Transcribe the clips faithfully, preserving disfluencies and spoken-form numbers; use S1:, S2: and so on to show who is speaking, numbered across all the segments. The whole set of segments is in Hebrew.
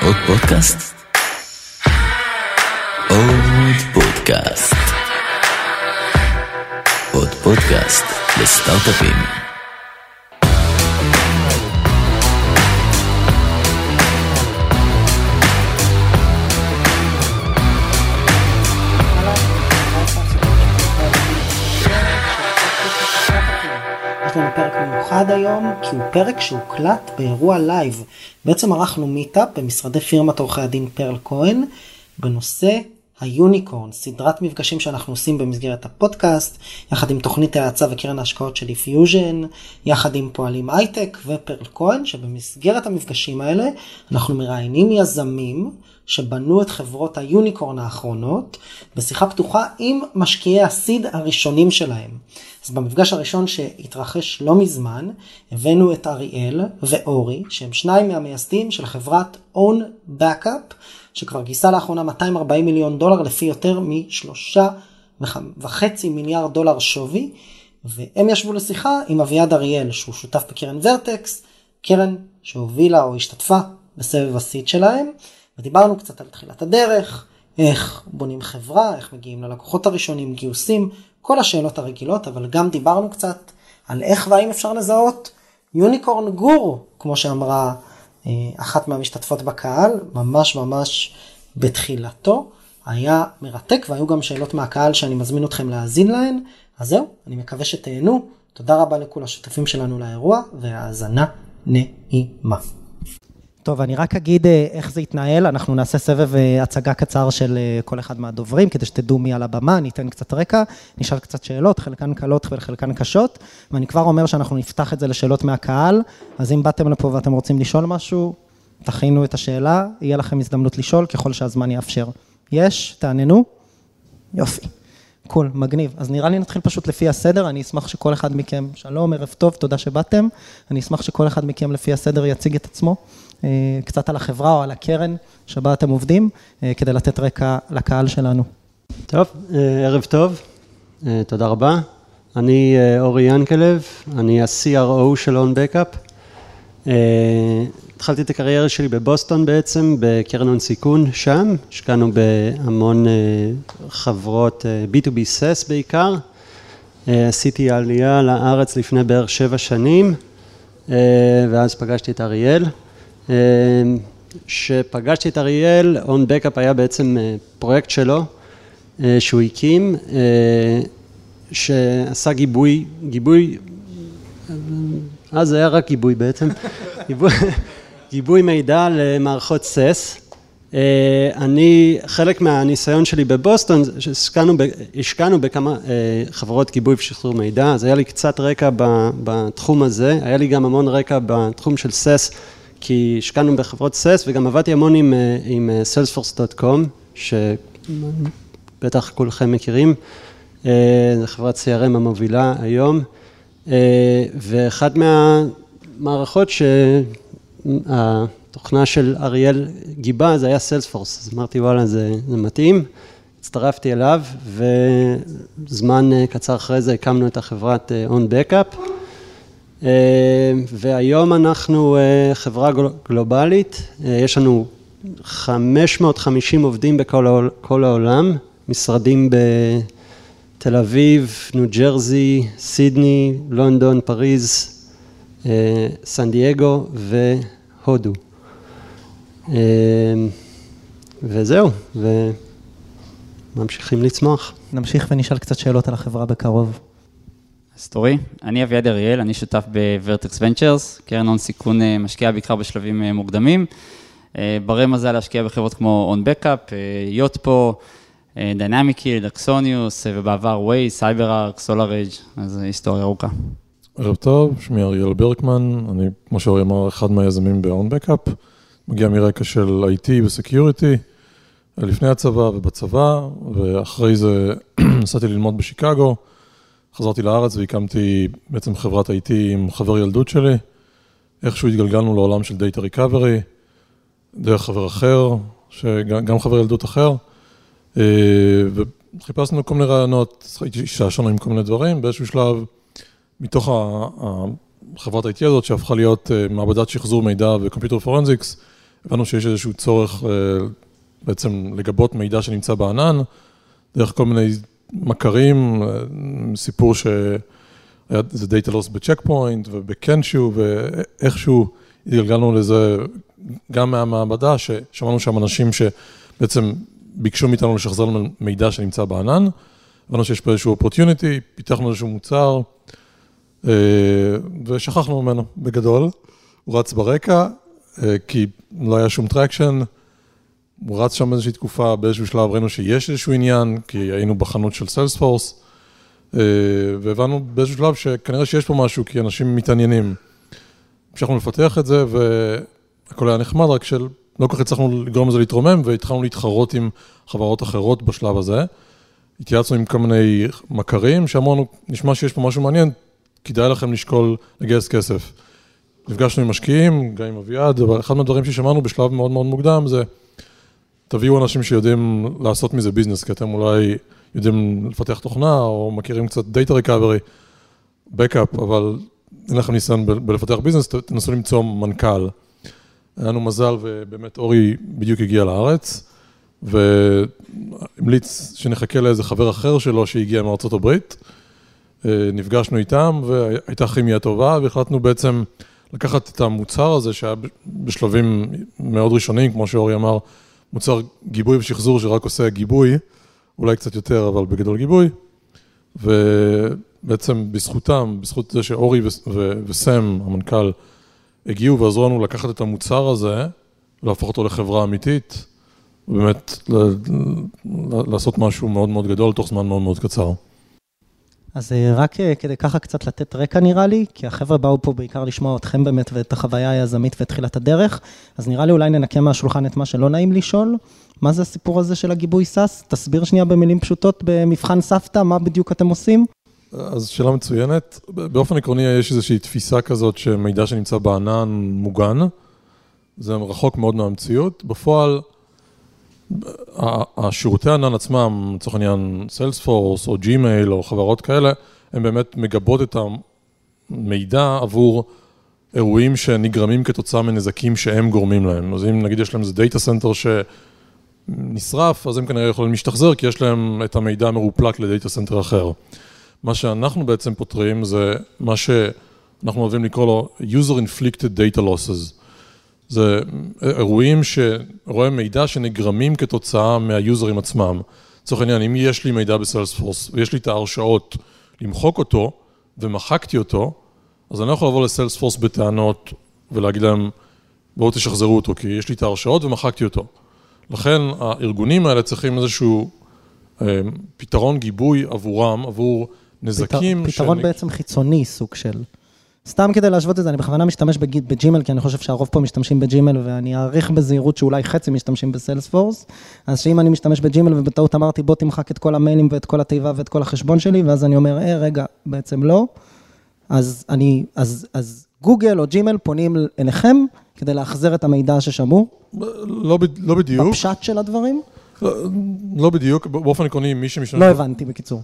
S1: עוד פודקאסט? עוד פודקאסט. עוד פודקאסט לסטארט-אפים.
S2: יש לנו פרק מיוחד היום, כי הוא פרק שהוקלט באירוע לייב. בעצם ערכנו מיטאפ במשרדי פירמת עורכי הדין פרל כהן, בנושא היוניקורן, סדרת מפגשים שאנחנו עושים במסגרת הפודקאסט, יחד עם תוכנית ההאצה וקרן ההשקעות של איפיוז'ן, יחד עם פועלים הייטק ופרל כהן, שבמסגרת המפגשים האלה אנחנו מראיינים יזמים שבנו את חברות היוניקורן האחרונות, בשיחה פתוחה עם משקיעי הסיד הראשונים שלהם. אז במפגש הראשון שהתרחש לא מזמן, הבאנו את אריאל ואורי, שהם שניים מהמייסדים של חברת Own Backup, שכבר גייסה לאחרונה מאתיים וארבעים מיליון דולר, לפי יותר משלושה וחצי מיליארד דולר שווי, והם ישבו לשיחה עם אביעד אריאל, שהוא שותף בקרן ורטקס, קרן שהובילה או השתתפה בסבב הסיד שלהם, ודיברנו קצת על תחילת הדרך, איך בונים חברה, איך מגיעים ללקוחות הראשונים, גיוסים, כל השאלות הרגילות, אבל גם דיברנו קצת על איך והאם אפשר לזהות יוניקורן גורו, כמו שאמרה אה, אחת מהמשתתפות בקהל, ממש ממש בתחילתו, היה מרתק, והיו גם שאלות מהקהל שאני מזמין אתכם להאזין להן, אז זהו, אני מקווה שתהנו, תודה רבה לכל השותפים שלנו לאירוע, והאזנה נעימה. טוב, אני רק אגיד איך זה יתנהל, אנחנו נעשה סבב הצגה קצר של כל אחד מהדוברים, כדי שתדעו מי על הבמה, ניתן קצת רקע, נשאל קצת שאלות, חלקן קלות וחלקן קשות, ואני כבר אומר שאנחנו נפתח את זה לשאלות מהקהל, אז אם באתם לפה ואתם רוצים לשאול משהו, תכינו את השאלה, יהיה לכם הזדמנות לשאול ככל שהזמן יאפשר. יש? תעננו? יופי. קול, מגניב. אז נראה לי נתחיל פשוט לפי הסדר, אני אשמח שכל אחד מכם, שלום, ערב טוב, תודה שבאתם, אני אשמח שכל אחד מכם לפי הסדר יציג את עצמו, קצת על החברה או על הקרן שבה אתם עובדים, כדי לתת רקע לקהל שלנו.
S3: טוב, ערב טוב, תודה רבה. אני אורי ינקלב, אני ה-סי אר או של Own Backup. התחלתי את הקריירה שלי בבוסטון בעצם, בקרן הון סיכון שם, השקענו בהמון חברות בי טו בי סאס בעיקר. עשיתי עלייה לארץ לפני בערך שבע שנים, ואז פגשתי את אריאל. שפגשתי את אריאל, Own Backup היה בעצם פרויקט שלו, שהוא הקים, שעשה גיבוי, גיבוי, אז זה היה רק גיבוי בעצם, גיבוי, גיבוי מידע למערכות סאס. אני, חלק מהניסיון שלי בבוסטון, שהשקענו, השקענו בכמה חברות גיבוי ושחרור מידע, אז היה לי קצת רקע בתחום הזה, היה לי גם המון רקע בתחום של סאס, כי השקענו בחברות סאס, וגם עבדתי המון עם, עם סיילספורס דוט קום, שבטח כולכם מכירים, זו חברת סי אר אם המובילה היום, ואחת מהמערכות שהתוכנה של אריאל גיבה, זה היה סיילספורס, אז אמרתי וואלה, זה, זה מתאים, הצטרפתי אליו, וזמן קצר אחרי זה הקמנו את החברת Own Backup, והיום אנחנו חברה גלובלית, יש לנו חמש מאות וחמישים עובדים בכל העולם, משרדים בתל אביב, ניו ג'רזי, סידני, לונדון, פריז, סן דייגו והודו. וזהו, וממשיכים לצמוח.
S2: נמשיך ונשאל קצת שאלות על החברה בקרוב.
S4: סטורי, אני אביעד אריאל, אני שותף בוורטקס ונצ'רס, קרן הון סיכון משקיעה בעיקר בשלבים מוקדמים, ברי מזל להשקיע בחברות כמו Own Backup, יוטפו, דיינמיקי, דקסוניוס, ובעבר ווי, סייברארק, סולארג', אז היסטוריה ארוכה.
S5: ערב טוב, שמי אריאל ברקמן, אני, כמו שאורי אמר, אחד מהיזמים ב-Own Backup, מגיע מרקע של איי טי וסקיוריטי, לפני הצבא ובצבא, ואחרי זה נסעתי ללמוד בשיקגו, חזרתי לארץ והקמתי בעצם חברת איי טי עם חבר ילדות שלי, איכשהו התגלגלנו לעולם של דאטה ריקאברי, דרך חבר אחר, שגם חבר ילדות אחר, וחיפשנו כל מיני רעיונות, השתעשענו עם כל מיני דברים, באיזשהו שלב, מתוך חברת איי טי הזאת שהפכה להיות מעבדת שחזור מידע וקומפיוטר פורנזיקס, הבנו שיש איזשהו צורך בעצם לגבות מידע שנמצא בענן, דרך כל מיני מכרים, סיפור שהיה זה data loss בצ'ק פוינט ובקנשו, ואיכשהו התגלגלנו לזה גם מהמעבדה, ששמענו שם אנשים שבעצם ביקשו מאיתנו לשחזר לנו מידע שנמצא בענן, הבנו שיש פה איזשהו opportunity, פיתחנו איזשהו מוצר, ושכחנו ממנו בגדול, הוא רץ ברקע, כי לא היה שום טרקשן, הוא רץ שם איזושהי תקופה, באיזשהו שלב ראינו שיש איזשהו עניין, כי היינו בחנות של סיילספורס, והבנו באיזשהו שלב שכנראה שיש פה משהו, כי אנשים מתעניינים. המשכנו לפתח את זה, והכל היה נחמד, רק של לא כל כך הצלחנו לגרום לזה להתרומם, והתחלנו להתחרות עם חברות אחרות בשלב הזה. התייעצנו עם כל מיני מכרים, שאמרנו, נשמע שיש פה משהו מעניין, כדאי לכם לשקול לגייס כסף. נפגשנו עם משקיעים, גם עם אביעד, אבל אחד מהדברים ששמענו בשלב מאוד מאוד מוקדם זה, תביאו אנשים שיודעים לעשות מזה ביזנס, כי אתם אולי יודעים לפתח תוכנה, או מכירים קצת data recovery, backup, אבל אין לכם ניסיון בלפתח ביזנס, תנסו למצוא מנכ"ל. היה לנו מזל, ובאמת אורי בדיוק הגיע לארץ, והמליץ שנחכה לאיזה חבר אחר שלו שהגיע מארצות הברית, נפגשנו איתם, והייתה כימיה טובה, והחלטנו בעצם לקחת את המוצר הזה, שהיה בשלבים מאוד ראשונים, כמו שאורי אמר, מוצר גיבוי ושחזור שרק עושה גיבוי, אולי קצת יותר, אבל בגדול גיבוי, ובעצם בזכותם, בזכות זה שאורי וסם, המנכ"ל, הגיעו ועזרו לנו לקחת את המוצר הזה, ולהפוך אותו לחברה אמיתית, ובאמת לעשות משהו מאוד מאוד גדול, תוך זמן מאוד מאוד קצר.
S2: אז רק כדי ככה קצת לתת רקע נראה לי, כי החבר'ה באו פה בעיקר לשמוע אתכם באמת ואת החוויה היזמית ותחילת הדרך, אז נראה לי אולי ננקה מהשולחן את מה שלא נעים לשאול, מה זה הסיפור הזה של הגיבוי סאס? תסביר שנייה במילים פשוטות במבחן סבתא, מה בדיוק אתם עושים?
S5: אז שאלה מצוינת, באופן עקרוני יש איזושהי תפיסה כזאת שמידע שנמצא בענן מוגן, זה רחוק מאוד מהמציאות, בפועל השירותי הענן עצמם, לצורך העניין סיילספורס או ג'ימייל או חברות כאלה, הם באמת מגבות את המידע עבור אירועים שנגרמים כתוצאה מנזקים שהם גורמים להם. אז אם נגיד יש להם איזה דאטה סנטר שנשרף, אז הם כנראה יכולים להשתחזר, כי יש להם את המידע מרופלק לדאטה סנטר אחר. מה שאנחנו בעצם פותרים זה מה שאנחנו אוהבים לקרוא לו user inflicted data losses. זה אירועים שרואים מידע שנגרמים כתוצאה מהיוזרים עצמם. לצורך העניין, אם יש לי מידע בסיילספורס ויש לי את ההרשאות למחוק אותו ומחקתי אותו, אז אני לא יכול לבוא לסיילספורס בטענות ולהגיד להם, בואו תשחזרו אותו, כי יש לי את ההרשאות ומחקתי אותו. לכן הארגונים האלה צריכים איזשהו אה, פתרון גיבוי עבורם, עבור נזקים.
S2: פתר, פתרון שנ... בעצם חיצוני סוג של... סתם כדי להשוות את זה, אני בכוונה משתמש בג'ימל, כי אני חושב שהרוב פה משתמשים בג'ימל, ואני אעריך בזהירות שאולי חצי משתמשים בסיילספורס, אז שאם אני משתמש בג'ימל ובטעות אמרתי, בוא תמחק את כל המיילים ואת כל התיבה ואת כל החשבון שלי, ואז אני אומר, אה, רגע, בעצם לא. אז אני, אז, אז גוגל או ג'ימל פונים אליכם, כדי להחזר את המידע ששמעו.
S5: לא, לא בדיוק.
S2: בפשט של הדברים?
S5: לא, לא בדיוק, באופן עקרוני, מי שמשתמש...
S2: לא הבנתי, בקיצור.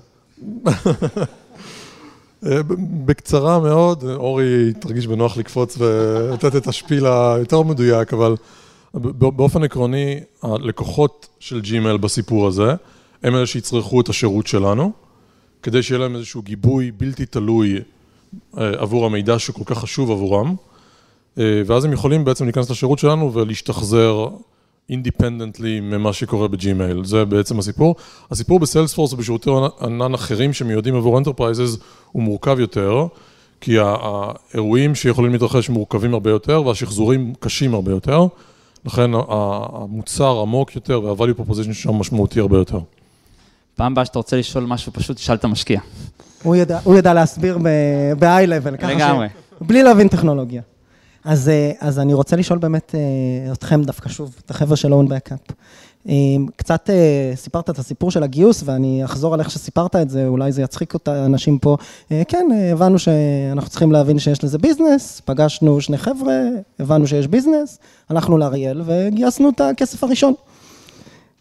S5: בקצרה מאוד, אורי תרגיש בנוח לקפוץ ולתת את השפיל היותר מדויק, אבל באופן עקרוני, הלקוחות של ג'ימייל בסיפור הזה, הם אלה שיצרכו את השירות שלנו, כדי שיהיה להם איזשהו גיבוי בלתי תלוי עבור המידע שכל כך חשוב עבורם, ואז הם יכולים בעצם להיכנס לשירות שלנו ולהשתחזר אינדיפנדנטלי ממה שקורה בג'ימייל. זה בעצם הסיפור. הסיפור בסיילספורס ובשירותי ענן אחרים שמיועדים עבור אנטרפרייזס הוא מורכב יותר, כי האירועים שיכולים להתרחש מורכבים הרבה יותר, והשחזורים קשים הרבה יותר, לכן המוצר עמוק יותר וה-value proposition שם משמעותי הרבה יותר.
S4: פעם הבאה שאתה רוצה לשאול משהו, פשוט תשאל את המשקיע.
S2: הוא ידע, הוא ידע להסביר ב-high level,
S4: לגמרי.
S2: בלי להבין טכנולוגיה. אז, אז אני רוצה לשאול באמת אתכם דווקא שוב, את החבר'ה של און בקאפ. קצת סיפרת את הסיפור של הגיוס, ואני אחזור על איך שסיפרת את זה, אולי זה יצחיק אותה אנשים פה. כן, הבנו שאנחנו צריכים להבין שיש לזה ביזנס, פגשנו שני חבר'ה, הבנו שיש ביזנס, הלכנו לאריאל וגייסנו את הכסף הראשון.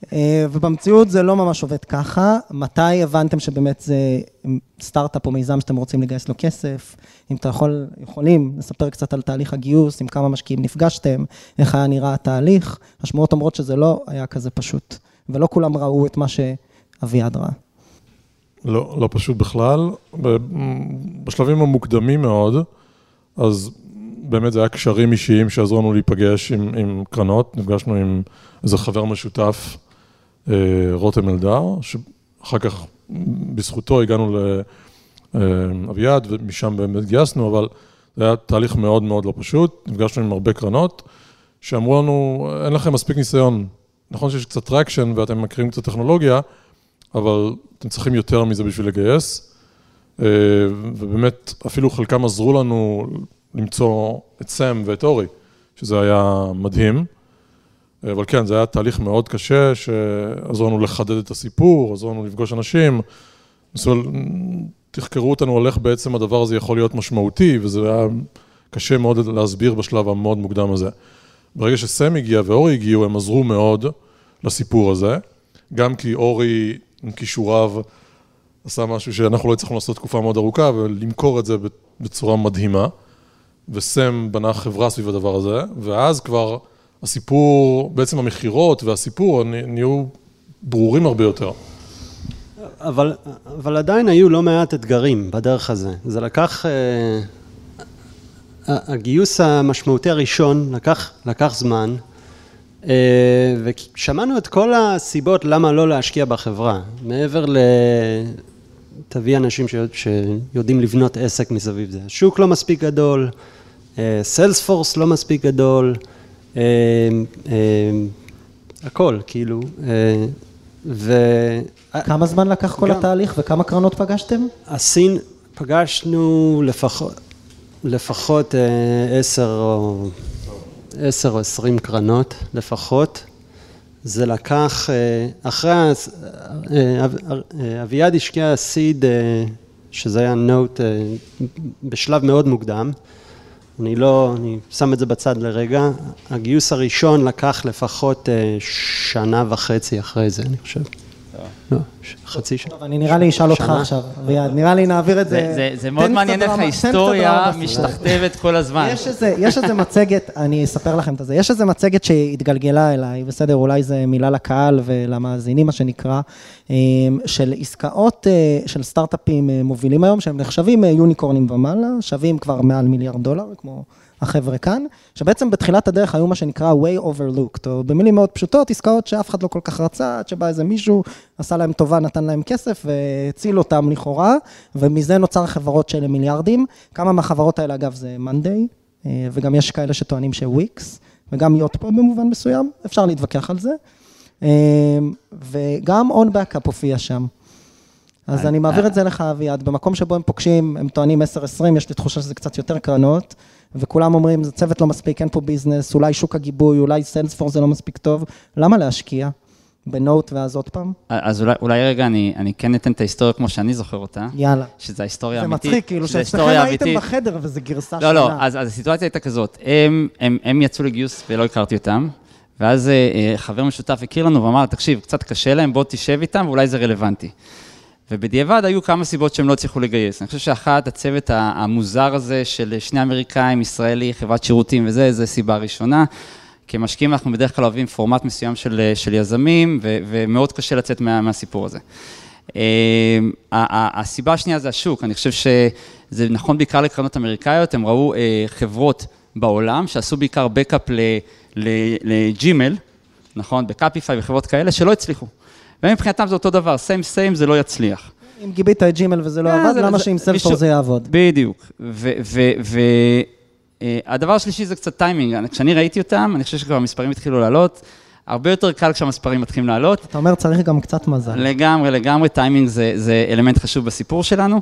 S2: ובמציאות זה לא ממש עובד ככה. מתי הבנתם שבאמת זה סטארט-אפ או מיזם שאתם רוצים לגייס לו כסף? אם אתה יכול, יכולים לספר קצת על תהליך הגיוס, עם כמה משקיעים נפגשתם, איך היה נראה התהליך. השמועות אומרות שזה לא היה כזה פשוט, ולא כולם ראו את מה שאביעד ראה.
S5: לא, לא פשוט בכלל. בשלבים המוקדמים מאוד, אז באמת זה היה קשרים אישיים שעזרו לנו להיפגש עם, עם קרנות. נפגשנו עם איזה חבר משותף, רותם אלדר, שאחר כך בזכותו הגענו לאביעד, ומשם באמת גייסנו, אבל זה היה תהליך מאוד מאוד לא פשוט. נפגשנו עם הרבה קרנות, שאמרו לנו, אין לכם מספיק ניסיון. נכון שיש קצת טרקשן ואתם מכירים קצת טכנולוגיה, אבל אתם צריכים יותר מזה בשביל לגייס. ובאמת, אפילו חלקם עזרו לנו למצוא את סם ואת אורי, שזה היה מדהים. אבל כן, זה היה תהליך מאוד קשה, שעזרו לנו לחדד את הסיפור, עזרו לנו לפגוש אנשים. תחקרו אותנו על איך בעצם הדבר הזה יכול להיות משמעותי, וזה היה קשה מאוד להסביר בשלב המאוד מוקדם הזה. ברגע שסם הגיע ואורי הגיעו, הם עזרו מאוד לסיפור הזה, גם כי אורי עם כישוריו עשה משהו שאנחנו לא הצלחנו לעשות תקופה מאוד ארוכה, ולמכור את זה בצורה מדהימה, וסם בנה חברה סביב הדבר הזה, ואז כבר הסיפור, בעצם המחירות והסיפור נהיו ברורים הרבה יותר.
S3: אבל, אבל עדיין היו לא מעט אתגרים בדרך הזה. זה לקח, אה, הגיוס המשמעותי הראשון לקח, לקח זמן, אה, ושמענו את כל הסיבות למה לא להשקיע בחברה. מעבר ל... תביא אנשים ש... שיודעים לבנות עסק מסביב זה. השוק לא מספיק גדול, סיילספורס לא מספיק גדול, אה, אה, הכל, כאילו. אה, ו...
S2: כמה זמן לקח כל
S3: גם,
S2: התהליך וכמה קרנות פגשתם?
S3: הסין פגשנו לפחות, לפחות עשר או עשר או עשרים קרנות לפחות. זה לקח, אחרי, אביעד השקיע סיד, שזה היה נוט בשלב מאוד מוקדם. אני לא, אני שם את זה בצד לרגע. הגיוס הראשון לקח לפחות שנה וחצי אחרי זה, אני חושב. לא, חצי שנה.
S2: טוב, אני נראה לי אשאל אותך עכשיו, אביעד, נראה לי נעביר את זה.
S4: זה מאוד מעניין איך ההיסטוריה משתכתבת כל הזמן.
S2: יש איזה מצגת, אני אספר לכם את זה, יש איזה מצגת שהתגלגלה אליי, בסדר, אולי זה מילה לקהל ולמאזינים, מה שנקרא, של עסקאות של סטארט-אפים מובילים היום, שהם נחשבים יוניקורנים ומעלה, שווים כבר מעל מיליארד דולר, כמו החבר'ה כאן, שבעצם בתחילת הדרך היו מה שנקרא way overlooked, או במילים מאוד פשוטות, עסקאות שאף אחד לא כל כך רצה, עד שבא איזה מישהו, עשה להם טובה, נתן להם כסף, והציל אותם לכאורה, ומזה נוצר חברות של מיליארדים. כמה מהחברות האלה, אגב, זה Monday, וגם יש כאלה שטוענים שוויקס, וגם יוט פה במובן מסוים, אפשר להתווכח על זה. וגם on backup הופיע שם. אז אני מעביר את זה לך, אביעד, במקום שבו הם פוגשים, הם טוענים עשר עשרים, יש לי תחושה שזה קצת יותר קרנות, וכולם אומרים, זה צוות לא מספיק, אין פה ביזנס, אולי שוק הגיבוי, אולי סיילספורס זה לא מספיק טוב, למה להשקיע בנוט ואז עוד פעם?
S4: אז אולי, אולי רגע, אני, אני כן אתן את ההיסטוריה כמו שאני זוכר אותה.
S2: יאללה.
S4: שזה ההיסטוריה האמיתית.
S2: זה מצחיק, כאילו שאצלכם הייתם בחדר וזה גרסה שונה.
S4: לא, לא, אז, אז הסיטואציה הייתה כזאת, הם, הם, הם יצאו לגיוס ולא הכרתי אותם, ואז חבר משותף הכיר לנו ואמר, תקשיב, קצת קשה להם, בוא תשב איתם ואולי זה רלוונטי. ובדיעבד היו כמה סיבות שהם לא צריכו לגייס. אני חושב שאחת, הצוות המוזר הזה של שני אמריקאים, ישראלי, חברת שירותים וזה, זה סיבה ראשונה. כמשקיעים אנחנו בדרך כלל אוהבים פורמט מסוים של, של יזמים, ו, ומאוד קשה לצאת מה, מהסיפור הזה. הסיבה השנייה זה השוק. אני חושב שזה נכון בעיקר לקרנות אמריקאיות, הם ראו חברות בעולם שעשו בעיקר בקאפ לג'ימל, נכון, בקאפיפיי וחברות כאלה שלא הצליחו. ומבחינתם זה אותו דבר, סיים סיים זה לא יצליח.
S2: אם גיבית את ג'ימל וזה לא עבד, למה שעם סיילספורס זה יעבוד?
S4: בדיוק. והדבר השלישי זה קצת טיימינג. כשאני ראיתי אותם, אני חושב שכבר המספרים התחילו לעלות, הרבה יותר קל כשהמספרים מתחילים לעלות.
S2: אתה אומר, צריך גם קצת מזל.
S4: לגמרי, לגמרי, טיימינג זה אלמנט חשוב בסיפור שלנו.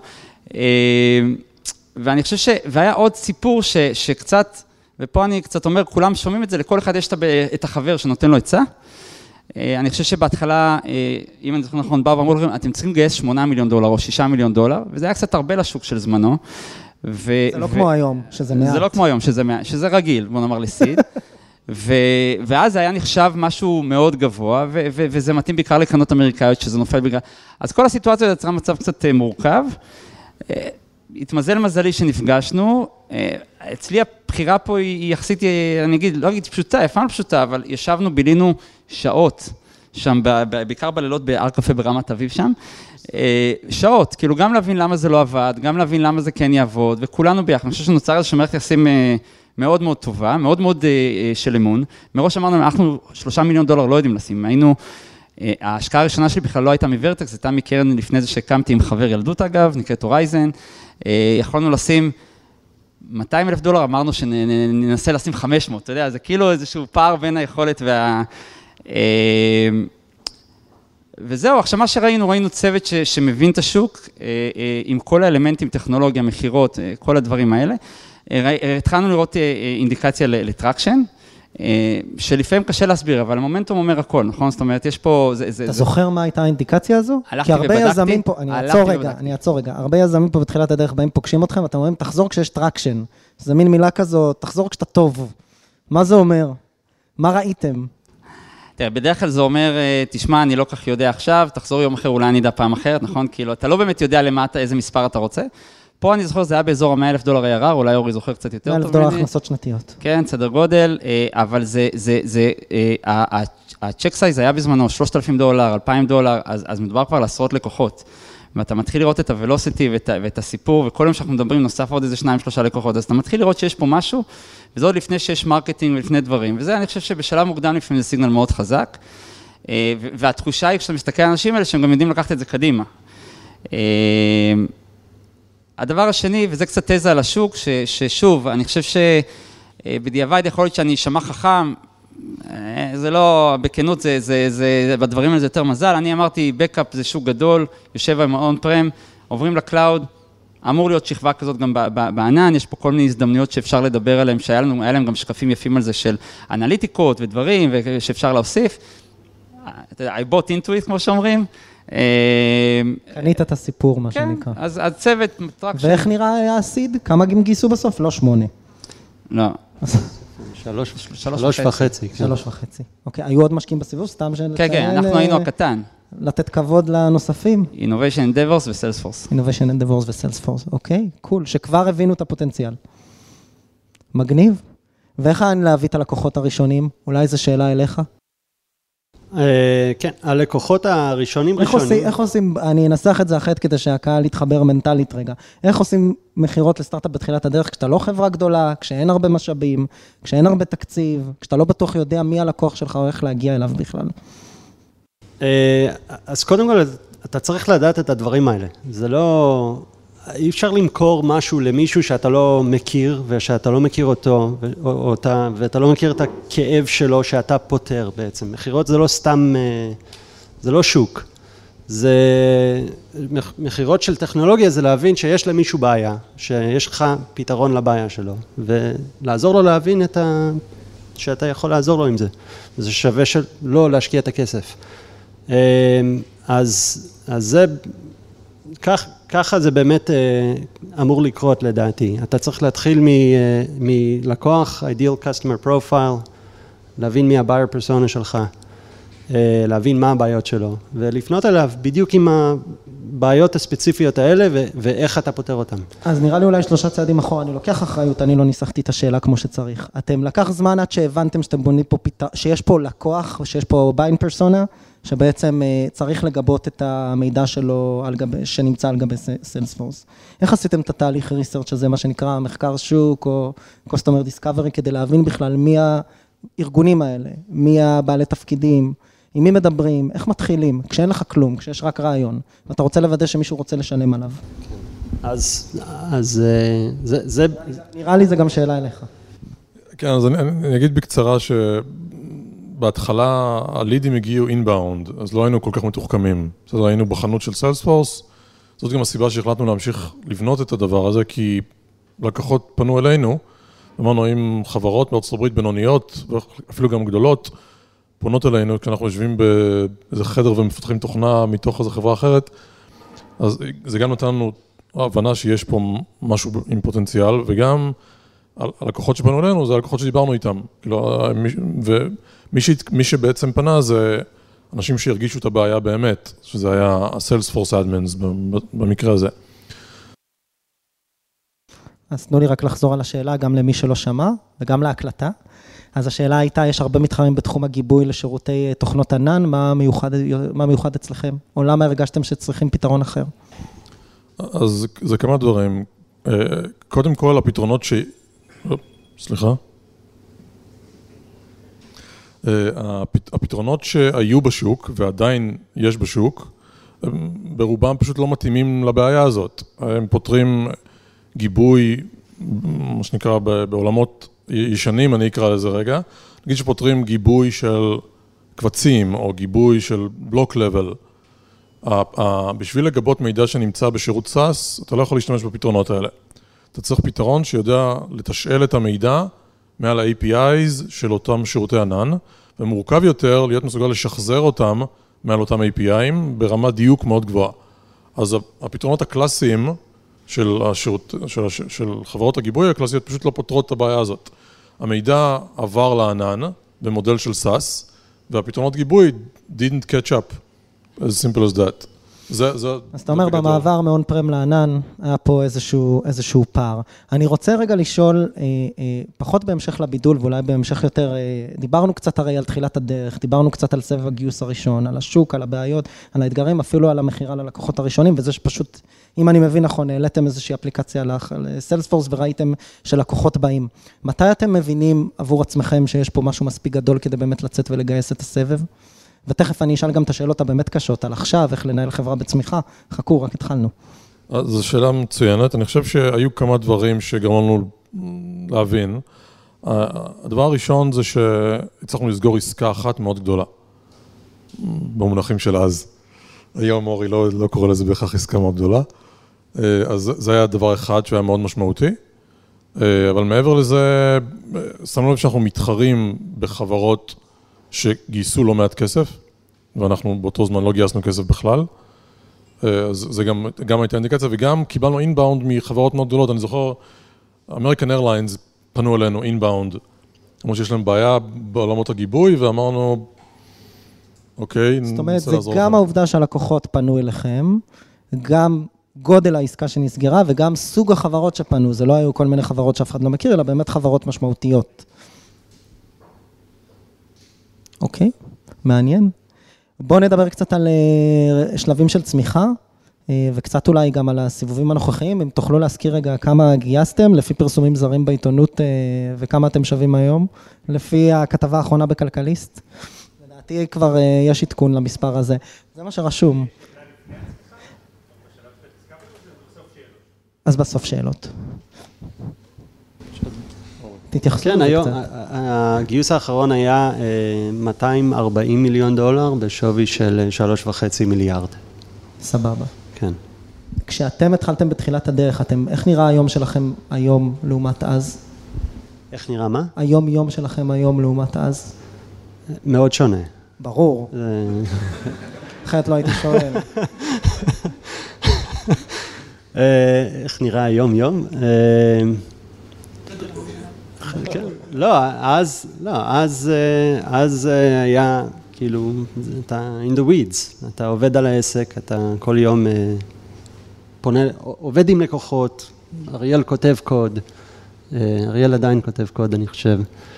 S4: ואני חושב ש... והיה עוד סיפור שקצת, ופה אני קצת אומר, כולם שומעים את זה, לכל אחד יש את החבר שנותן לו עצה. אני חושב שבהתחלה, אם אני זוכר נכון, באו ואמרו לכם, אתם צריכים לגייס שמונה מיליון דולר או שישה מיליון דולר, וזה היה קצת הרבה לשוק של זמנו.
S2: זה לא כמו היום, שזה מעט.
S4: זה לא כמו היום, שזה רגיל, בוא נאמר לסיד. ו, ואז זה היה נחשב משהו מאוד גבוה, ו, ו, וזה מתאים בעיקר לקרנות אמריקאיות, שזה נופל בגלל... אז כל הסיטואציה יצרה מצב קצת מורכב. התמזל מזלי שנפגשנו, אצלי הבחירה פה היא יחסית, אני אגיד, לא אגיד פשוטה, יפה פשוטה, אבל ישבנו, בילינו שעות שם, בעיקר בלילות באר קפה ברמת אביב שם, שעות, כאילו גם להבין למה זה לא עבד, גם להבין למה זה כן יעבוד, וכולנו ביחד, אני חושב שנוצר איזושהי מערכת יחסים מאוד מאוד טובה, מאוד מאוד של אמון, מראש אמרנו, אנחנו שלושה מיליון דולר לא יודעים לשים, היינו, ההשקעה הראשונה שלי בכלל לא הייתה מוורטקס, הייתה מקרן לפני זה שהקמתי עם חבר ילדות אגב, נקראת הורייזן, יכולנו לשים מאתיים אלף דולר, אמרנו שננסה לשים חמש מאות, אתה יודע, זה כאילו איזשהו פער בין היכולת וה... וזהו, עכשיו מה שראינו, ראינו צוות ש, שמבין את השוק, עם כל האלמנטים, טכנולוגיה, מחירות, כל הדברים האלה. התחלנו לראות אינדיקציה לטרקשן, שלפעמים קשה להסביר, אבל המומנטום אומר הכל, נכון? זאת אומרת, יש פה...
S2: אתה זוכר מה הייתה האינדיקציה הזו?
S4: הלכתי ובדקתי.
S2: אני אעצור רגע, אני אעצור רגע. הרבה יזמים פה בתחילת הדרך בהם פוגשים אתכם, ואתם אומרים, תחזור כשיש טרקשן. זה מין מילה כזו, תחזור כשאתה טוב. מה זה אומר? מה ראיתם?
S4: תראה, בדרך כלל זה אומר, תשמע, אני לא כך יודע עכשיו, תחזור יום אחר, אולי אני אדע פעם אחרת, נכון? כאילו, אתה לא באמת יודע למטה איזה מספר אתה רוצה. פה אני זוכר, זה היה באזור ה-מאה אלף דולר A R R, אולי אורי זוכר קצת יותר טוב.
S2: מאה אלף דולר הכנסות שנתיות.
S4: כן, סדר גודל, אבל זה, זה, זה, הצ'ק סייז היה בזמנו שלושת אלפים דולר, אלפיים דולר, אז, אז מדובר כבר על עשרות לקוחות. ואתה מתחיל לראות את הוולוסיטי ואת, ואת הסיפור, וכל יום שאנחנו מדברים נוסף עוד איזה שניים, שלושה לקוחות, אז אתה מתחיל לראות שיש פה משהו, וזה עוד לפני שיש מרקטינג ולפני דברים, וזה אני חושב שבשלב מוקדם לפעמים זה סיגנל מאוד חזק, והתחושה היא כשאתה מסתכל על האנשים האלה, שהם גם יודעים לקחת את זה קדימה. הדבר השני, וזה קצת תזה על השוק, ש, ששוב, אני חושב שבדיעבד יכול להיות שאני אשמע חכם, זה לא, בכנות, זה, זה, זה, בדברים האלה זה יותר מזל. אני אמרתי, בקאפ זה שוק גדול, יושב עם און פרם, עוברים לקלאוד, אמור להיות שכבה כזאת גם בענן, יש פה כל מיני הזדמנויות שאפשר לדבר עליהם, שהיה לנו, היה להם גם שקפים יפים על זה של אנליטיקות ודברים, שאפשר להוסיף. I bought into it, כמו שאומרים.
S2: קנית את הסיפור, מה שנקרא.
S4: אז הצוות...
S2: ואיך נראה היה הסיד? כמה גם גייסו בסוף? לא שמונה.
S4: לא.
S3: שלוש, שלוש וחצי.
S2: שלוש וחצי. אוקיי, היו עוד משקיעים בסיבוב? סתם של...
S4: כן, כן, אנחנו היינו הקטן.
S2: לתת כבוד לנוספים.
S4: Innovation Endeavors ו-Salesforce.
S2: Innovation Endeavors ו-Salesforce, אוקיי, קול, שכבר הבינו את הפוטנציאל. מגניב. ואיך אני להביא את הלקוחות הראשונים? אולי זו שאלה אליך?
S3: כן, הלקוחות הראשונים ראשונים.
S2: איך עושים, אני אנסח את זה אחרת כדי שהקהל יתחבר מנטלית רגע. איך עושים מחירות לסטארט-אפ בתחילת הדרך, כשאתה לא חברה גדולה, כשאין הרבה משאבים, כשאין הרבה תקציב, כשאתה לא בטוח יודע מי הלקוח שלך או איך להגיע אליו בכלל?
S3: אז קודם כל, אתה צריך לדעת את הדברים האלה. זה לא... אי אפשר למכור משהו למישהו שאתה לא מכיר, ושאתה לא מכיר אותו, או אותה, ואתה לא מכיר את הכאב שלו שאתה פותר בעצם. מחירות זה לא סתם, זה לא שוק. זה, מחירות של טכנולוגיה זה להבין שיש למישהו בעיה, שיש לך פתרון לבעיה שלו, ולעזור לו להבין את ה... שאתה יכול לעזור לו עם זה. זה שווה של לא להשקיע את הכסף. אז, אז זה... כך, ככה זה באמת אמור לקרות לדעתי. אתה צריך להתחיל מ, מלקוח, ideal customer profile, להבין מי ה-buyer persona שלך, להבין מה הבעיות שלו, ולפנות אליו בדיוק עם הבעיות הספציפיות האלה, ו- ואיך אתה פותר אותם.
S2: אז נראה לי אולי שלושה צעדים אחורה, אני לוקח אחריות, אני לא ניסחתי את השאלה כמו שצריך. אתם לקח זמן עד שהבנתם שאתם בונים פה, פת... שיש פה לקוח, שיש פה buying persona, שבעצם צריך לגבות את המידע שלו על גבי, שנמצא על גבי Salesforce. איך עשיתם את התהליך ריסרצ' הזה, מה שנקרא מחקר שוק או Customer Discovery, כדי להבין בכלל מי הארגונים האלה, מי הבעלי תפקידים, עם מי מדברים, איך מתחילים, כשאין לך כלום, כשיש רק רעיון, ואתה רוצה לוודא שמישהו רוצה לשלם עליו.
S3: אז, אז זה, זה...
S2: נראה לי זה גם שאלה אליך.
S5: כן, אז אני, אני אגיד בקצרה ש... בהתחלה הלידים הגיעו אינבאונד, אז לא היינו כל כך מתוחכמים. בסדר, היינו בחנות של סיילספורס, זאת גם הסיבה שהחלטנו להמשיך לבנות את הדבר הזה, כי לקוחות פנו אלינו, אמרנו, אם חברות בארצות הברית בינוניות, אפילו גם גדולות, פונות אלינו, כשאנחנו יושבים באיזה חדר ומפתחים תוכנה מתוך איזו חברה אחרת, אז זה גם נתן לנו הבנה שיש פה משהו עם פוטנציאל, וגם הלקוחות שפנו אלינו, זה הלקוחות שדיברנו איתם. ומי שבעצם פנה זה אנשים שהרגישו את הבעיה באמת, שזה היה ה-Salesforce Admins במקרה הזה.
S2: אז תנו לי רק לחזור על השאלה, גם למי שלא שמע, וגם להקלטה. אז השאלה הייתה, יש הרבה מתחרים בתחום הגיבוי לשירותי תוכנות ענן, מה מיוחד, מה מיוחד אצלכם? או למה הרגשתם שצריכים פתרון אחר?
S5: אז זה כמה דברים. קודם כל, הפתרונות ש... סליחה. הפתרונות שהיו בשוק, ועדיין יש בשוק, ברובם פשוט לא מתאימים לבעיה הזאת. הם פותרים גיבוי, מה שנקרא, בעולמות ישנים, אני אקרא לזה רגע. נגיד שפותרים גיבוי של קבצים, או גיבוי של בלוק לבל. בשביל לגבות מידע שנמצא בשירות סאס, אתה לא יכול להשתמש בפתרונות האלה. אתה צריך פתרון שיודע לתשאל את המידע מעל ה-איי פי איז של אותם שירותי ענן, ומורכב יותר להיות מסוגל לשחזר אותם מעל אותם איי פי אי'ים ברמת דיוק מאוד גבוהה. אז הפתרונות הקלאסיים של, השירות, של, של חברות הגיבוי הקלאסיות פשוט לא פותרות את הבעיה הזאת. המידע עבר לענן במודל של סאס, והפתרונות גיבוי didn't catch up, as simple as that. זה, זה,
S2: אז אתה אומר, במעבר מאון פרם לענן, היה פה איזשהו, איזשהו פער. אני רוצה רגע לשאול, אה, אה, פחות בהמשך לבידול, ואולי בהמשך יותר, אה, דיברנו קצת הרי על תחילת הדרך, דיברנו קצת על סבב הגיוס הראשון, על השוק, על הבעיות, על האתגרים, אפילו על המחירה ללקוחות הראשונים, וזה שפשוט, אם אני מבין נכון, העליתם איזושהי אפליקציה לסיילספורס, וראיתם שלקוחות באים. מתי אתם מבינים עבור עצמכם שיש פה משהו מספיק גדול כדי באמת לצאת ולגייס את הסבב? ותכף אני אשאל גם את השאלות הבאמת קשות, על עכשיו, איך לנהל חברה בצמיחה. חכו, רק התחלנו.
S5: זו שאלה מצוינת. אני חושב שהיו כמה דברים שגרמו לנו להבין. הדבר הראשון זה שהצלחנו לסגור עסקה אחת מאוד גדולה, במונחים של אז. היום אורי לא, לא קורא לזה בהכרח עסקה מאוד גדולה. אז זה היה דבר אחד שהיה מאוד משמעותי. אבל מעבר לזה, שמנו לב שאנחנו מתחרים בחברות שגייסו לא מעט כסף, ואנחנו באותו זמן לא גייסנו כסף בכלל. אז זה גם, גם הייתה אינדיקציה, וגם קיבלנו אינבאונד מחברות מאוד גדולות. אני זוכר, American Airlines פנו אלינו אינבאונד, כמו שיש להם בעיה בעולמות הגיבוי, ואמרנו, אוקיי,
S2: זאת אומרת, זה גם העובדה שהלקוחות פנו אליכם, גם גודל העסקה שנסגרה, וגם סוג החברות שפנו. זה לא היו כל מיני חברות שאף אחד לא מכיר, אלא באמת חברות משמעותיות. אוקיי, מעניין. בואו נדבר קצת על שלבים של צמיחה, וקצת אולי גם על הסיבובים הנוכחיים. אם תוכלו להזכיר רגע כמה גייסתם, לפי פרסומים זרים בעיתונות, וכמה אתם שווים היום, לפי הכתבה האחרונה בכלכליסט. לדעתי כבר יש עדכון למספר הזה. זה מה שרשום. אז בסוף שאלות. תתייחסו
S3: כן, היום, הגיוס האחרון היה מאתיים וארבעים מיליון דולר בשווי של שלוש וחצי מיליארד.
S2: סבבה.
S3: כן.
S2: כשאתם התחלתם בתחילת הדרך, אתם, איך נראה היום שלכם היום לעומת אז?
S3: איך נראה מה?
S2: היום יום שלכם היום לעומת אז?
S3: מאוד שונה.
S2: ברור. אחרת לא הייתי שואל.
S3: איך נראה היום יום? כן, לא, אז, לא, אז, אז היה, כאילו, אתה in the weeds, אתה עובד על העסק, אתה כל יום פונה, עובד עם לקוחות, אריאל כותב קוד, אריאל עדיין כותב קוד, אני חושב,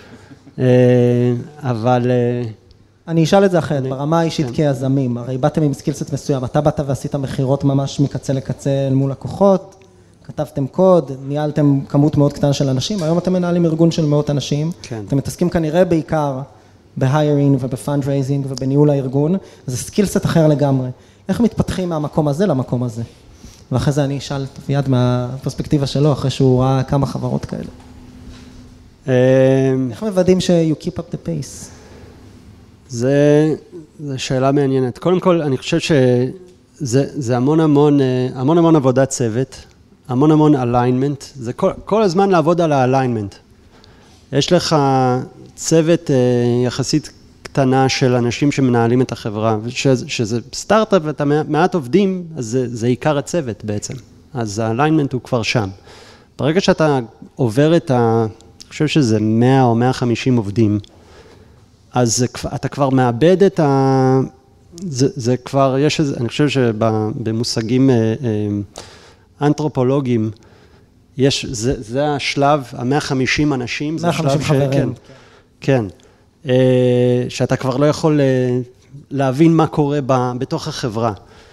S3: אבל...
S2: אני אשאל את זה אחרת, ברמה האישית כיזמים, הרי באתם עם סקילסט מסוים, אתה באת ועשית מחירות ממש מקצה לקצה אל מול לקוחות, כתבתם קוד, ניהלתם כמות מאוד קטנה של אנשים, היום אתם מנהלים ארגון של מאות אנשים, כן. אתם מתעסקים כנראה בעיקר בהיירינג ובפאנדרייזינג ובניהול הארגון, זה סקילסט אחר לגמרי. איך מתפתחים מהמקום הזה למקום הזה? ואחרי זה אני אשאל את אביעד מהפרספקטיבה שלו, אחרי שהוא ראה כמה חברות כאלה. איך מוודאים ש-you keep up the pace?
S3: זה, זה שאלה מעניינת. קודם כל, אני חושב שזה זה המון המון, המון המון עבודת צוות, המון המון alignment, זה כל, כל הזמן לעבוד על ה-alignment. יש לך צוות יחסית קטנה של אנשים שמנהלים את החברה, שזה, שזה סטארט-אפ ואתה מעט עובדים, אז זה, זה עיקר הצוות בעצם. אז ה-alignment הוא כבר שם. ברגע שאתה עובר את ה... אני חושב שזה מאה או מאה וחמישים עובדים, אז זה, אתה כבר מאבד את ה... זה, זה כבר, יש איזה, אני חושב שבמושגים אנתרופולוגיים, יש, זה, זה השלב, ה-מאה וחמישים אנשים, זה השלב ש... כן, כן. שאתה כבר לא יכול להבין מה קורה בתוך החברה.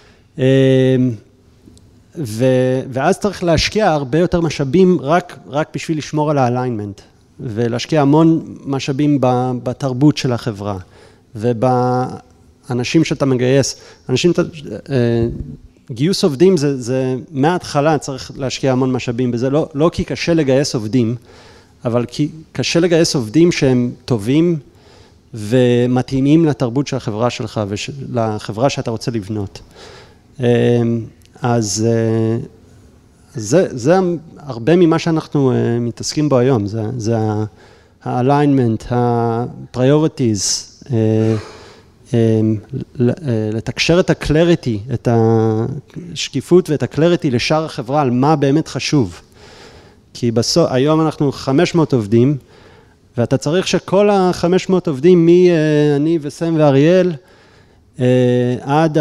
S3: ו, ואז צריך להשקיע הרבה יותר משאבים רק, רק בשביל לשמור על האליינמנט, ולהשקיע המון משאבים בתרבות של החברה, ובאנשים שאתה מגייס. אנשים, גיוס עובדים זה, זה מההתחלה צריך להשקיע המון משאבים בזה, לא, לא כי קשה לגייס עובדים, אבל כי קשה לגייס עובדים שהם טובים ומתאימים לתרבות של החברה שלך ולחברה שאתה רוצה לבנות. אז זה, זה הרבה ממה שאנחנו מתעסקים בו היום, זה, זה ה-alignment, ה-priorities, לתקשר את ה-clarity, את השקיפות ואת ה-clarity לשאר החברה על מה באמת חשוב. כי בסוף, היום אנחנו חמש מאות עובדים, ואתה צריך שכל ה-חמש מאות עובדים, מי אני וסם ואריאל, עד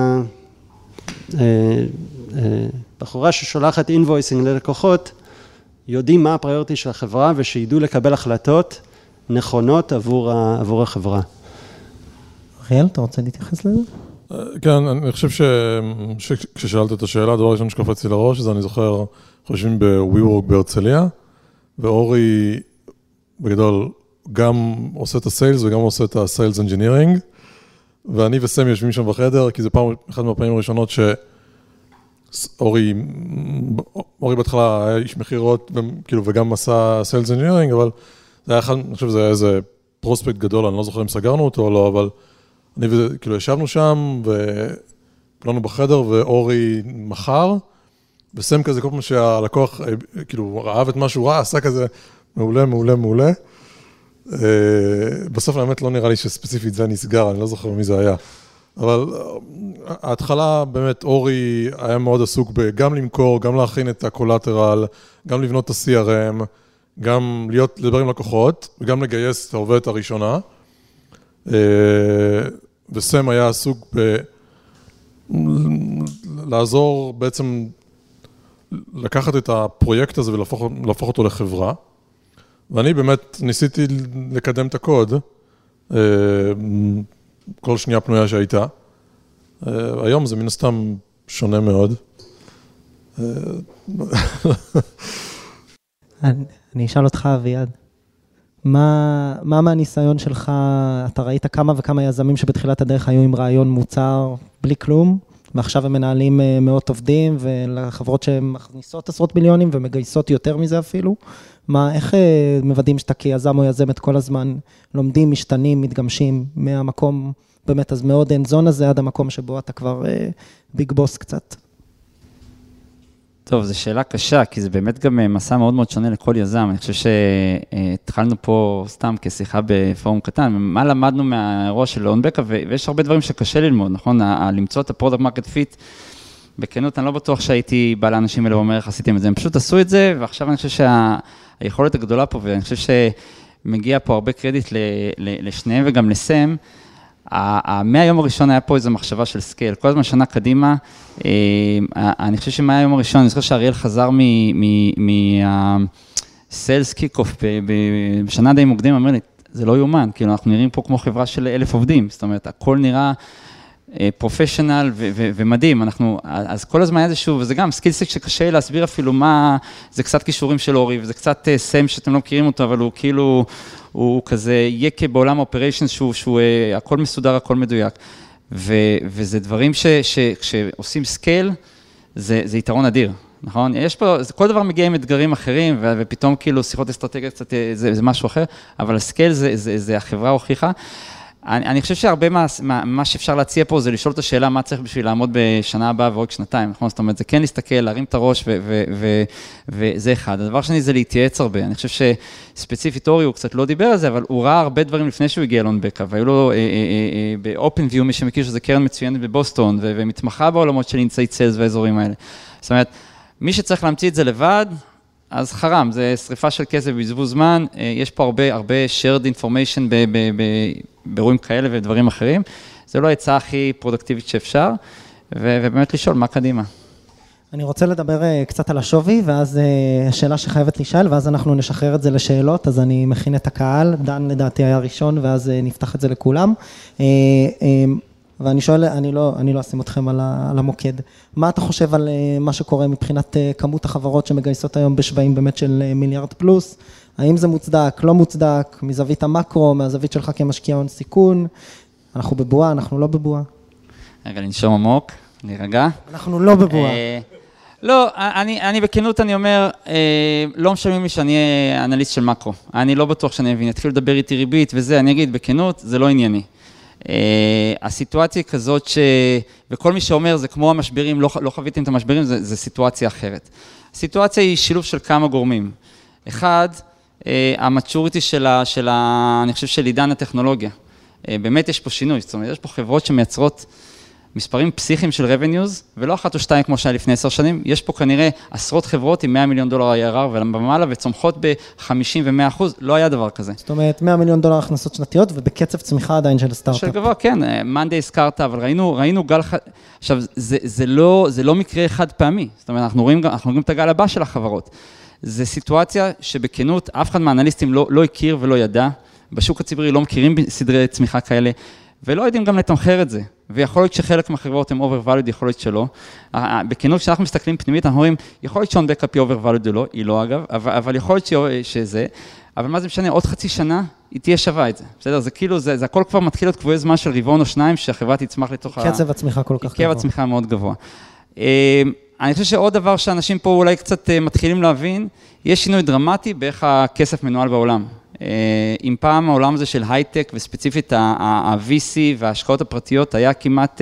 S3: הבחורה ששולחת אינבויסינג ללקוחות, יודעים מה הפריוריטי של החברה, ושידעו לקבל החלטות נכונות עבור, עבור החברה.
S2: אריאל, אתה רוצה להתייחס לזה?
S5: כן, אני חושב שכששאלת את השאלה, הדבר הראשון שקפץ לי לראש, זה אני זוכר, חושבים ב-WeWork בהרצליה, ואורי בגדול גם עושה את הסיילס וגם עושה את הסיילס אנג'ינירינג, ואני וסם יושבים שם בחדר, כי זה פעם, אחת מהפעמים הראשונות שאורי, אורי בהתחלה היה איש מחירות, כאילו, וגם עשה סיילס אנג'ינירינג, אבל זה היה אחד, אני חושב שזה היה איזה פרוספקט גדול, אני לא זוכר אם סגרנו אותו או לא, אבל אני וכאילו ישבנו שם, וכולנו בחדר, ואורי מחר, וסם כזה, כל פעם שהלקוח, כאילו, ראה את מה שהוא ראה, עשה כזה מעולה, מעולה, מעולה. בסוף האמת לא נראה לי שספציפית זה נסגר, אני לא זוכר מי זה היה. אבל ההתחלה באמת אורי היה מאוד עסוק בגם למכור, גם להכין את הקולטרל, גם לבנות את ה-סי אר אם, גם להיות, לדבר עם לקוחות, וגם לגייס את העובדת הראשונה. וסם היה עסוק ב... לעזור בעצם לקחת את הפרויקט הזה ולהפוך אותו לחברה. ואני באמת ניסיתי לקדם את הקוד, כל שנייה פנויה שהייתה. היום זה מן הסתם שונה מאוד.
S2: אני אשאל אותך, אביעד, מה, מה מהניסיון שלך, אתה ראית כמה וכמה יזמים שבתחילת הדרך היו עם רעיון מוצר בלי כלום, ועכשיו הם מנהלים מאות עובדים, ולחברות שהן מכניסות עשרות מיליונים ומגייסות יותר מזה אפילו, מה, איך מוודאים שאתה כיזם או יזמת כל הזמן לומדים, משתנים, מתגמשים מהמקום, באמת, אז מאוד אין זון הזה עד המקום שבו אתה כבר ביג בוס קצת.
S4: טוב, זו שאלה קשה, כי זה באמת גם מסע מאוד מאוד שונה לכל יזם. אני חושב שהתחלנו פה סתם כשיחה בפורום קטן, מה למדנו מהאירוע של אונבקה, ויש הרבה דברים שקשה ללמוד, נכון? למצוא את הפרודקט מרקט פיט, בכנות, אני לא בטוח שהייתי בא לאנשים האלה ואומר איך עשיתם את זה, הם פשוט עשו את זה, ועכשיו אני חושב שהיכולת הגדולה פה, ואני חושב שמגיע פה הרבה קרדיט לשניהם וגם לסם, מהיום הראשון היה פה איזו מחשבה של סקייל, כל הזמן שנה קדימה, אני חושב שמהיום הראשון, אני זוכר שאריאל חזר מהסיילס קיק-אוף בשנה די מוקדם, אמר לי, זה לא יומן, כאילו אנחנו נראים פה כמו חברה של אלף עובדים, זאת אומרת, הכל נראה פרופשיונל ומדהים, אנחנו, אז כל הזמן איזשהו, וזה גם סקילסק שקשה להסביר אפילו מה, זה קצת כישורים של אורי, וזה קצת סם שאתם לא מכירים אותו, אבל הוא כאילו, הוא כזה יקה בעולם האופריישנס, שהוא, שהוא הכל מסודר, הכל מדויק, ו, וזה דברים ש, שכשעושים סקייל, זה, זה יתרון אדיר, נכון? יש פה, כל דבר מגיע עם אתגרים אחרים, ופתאום כאילו שיחות אסטרטגיות קצת, זה, זה משהו אחר, אבל הסקייל זה, זה, זה החברה הוכיחה, אני, אני חושב שהרבה מה, מה, מה שאפשר להציע פה זה לשאול את השאלה מה צריך בשביל לעמוד בשנה הבאה ועוד שנתיים, נכון? זאת אומרת, זה כן להסתכל, להרים את הראש ו, ו, ו, וזה אחד. הדבר שני זה להתייעץ הרבה. אני חושב שספציפית אורי הוא קצת לא דיבר על זה, אבל הוא ראה הרבה דברים לפני שהוא הגיע לאונבקה, והיו לו ב-Open View, מי שמכיר שזה קרן מצוינת בבוסטון, ו, ומתמחה בעולמות של אינסייט סיילס והאזורים האלה. זאת אומרת, מי שצריך להמציא את זה לבד, אז חרם, זה שריפה של כסף בזבוז זמן, יש פה הרבה, הרבה shared information באירועים כאלה ודברים אחרים, זה לא העצה הכי פרודקטיבית שאפשר, ובאמת לשאול מה קדימה.
S2: אני רוצה לדבר קצת על השווי, ואז השאלה שחייבת להישאל, ואז אנחנו נשחרר את זה לשאלות, אז אני מכין את הקהל, דן לדעתי היה ראשון, ואז נפתח את זה לכולם. ואני שואל, אני לא, אני לא אשים אתכם על המוקד. מה אתה חושב על מה שקורה מבחינת כמות החברות שמגייסות היום בשווים באמת של מיליארד פלוס? האם זה מוצדק, לא מוצדק, מזווית המקרו, מהזווית שלך כמשקיע הון סיכון? אנחנו בבועה, אנחנו לא בבועה.
S4: רגע, לנשום עמוק, להירגע.
S2: אנחנו לא בבועה.
S4: לא, אני, אני בכנות, אני אומר, לא משלמים לי שאני אהיה אנליסט של מקרו. אני לא בטוח שאני אבין, התחיל לדבר איתי ריבית וזה, אני אגיד בכנות, זה לא ענייני. הסיטואציה היא כזאת ש... וכל מי שאומר, זה כמו המשברים, לא, לא חוויתם את המשברים, זה, זה סיטואציה אחרת. הסיטואציה היא שילוב של כמה גורמים. אחד, המצ'וריטי של, ה, של ה, אני חושב של עידן הטכנולוגיה. באמת יש פה שינוי, זאת אומרת, יש פה חברות שמייצרות מספרים פסיכיים של revenues, ולא אחת או שתיים כמו שהיה לפני עשר שנים, יש פה כנראה עשרות חברות עם מאה מיליון דולר איי אר אר ומעלה, וצומחות ב-חמישים ו-מאה אחוז, לא היה דבר כזה.
S2: זאת אומרת, מאה מיליון דולר הכנסות שנתיות, ובקצב צמיחה עדיין של סטארט-אפ.
S4: של גבוה, כן, Monday הזכרת, אבל ראינו, ראינו גל, עכשיו, זה, זה לא, זה לא מקרה חד פעמי, זאת אומרת, אנחנו רואים, אנחנו רואים את הגל הבא של החברות. זה סיטואציה שבכנות, אף אחד מהאנליסטים לא, לא הכיר ולא ידע, בשוק הציבורי לא מכירים סדרי צמיחה כאלה, ולא יודעים גם לתמחר את זה, ויכול להיות שחלק מהחברות הם overvalued, יכול להיות שלא. בכנות, כשאנחנו מסתכלים פנימית, אנחנו רואים, יכול להיות שהון בקאפ היא overvalued או לא, היא לא אגב, אבל, אבל יכול להיות שזה, אבל מה זה משנה, עוד חצי שנה, היא תהיה שווה את זה. בסדר, זה כאילו, זה, זה הכל כבר מתחיל להיות קבועי זמן של רבעון או שניים, שהחברה תצמח לתוך ה...
S2: קצב הצמיחה כל כך גבוה.
S4: קצב הצמיחה מאוד גבוה. אני חושב שעוד דבר שאנשים פה אולי קצת מתחילים להבין, יש שינוי דרמטי באיך הכסף מנוהל בעולם. אם פעם העולם הזה של הייטק, וספציפית ה-וי סי וההשקעות הפרטיות, היה כמעט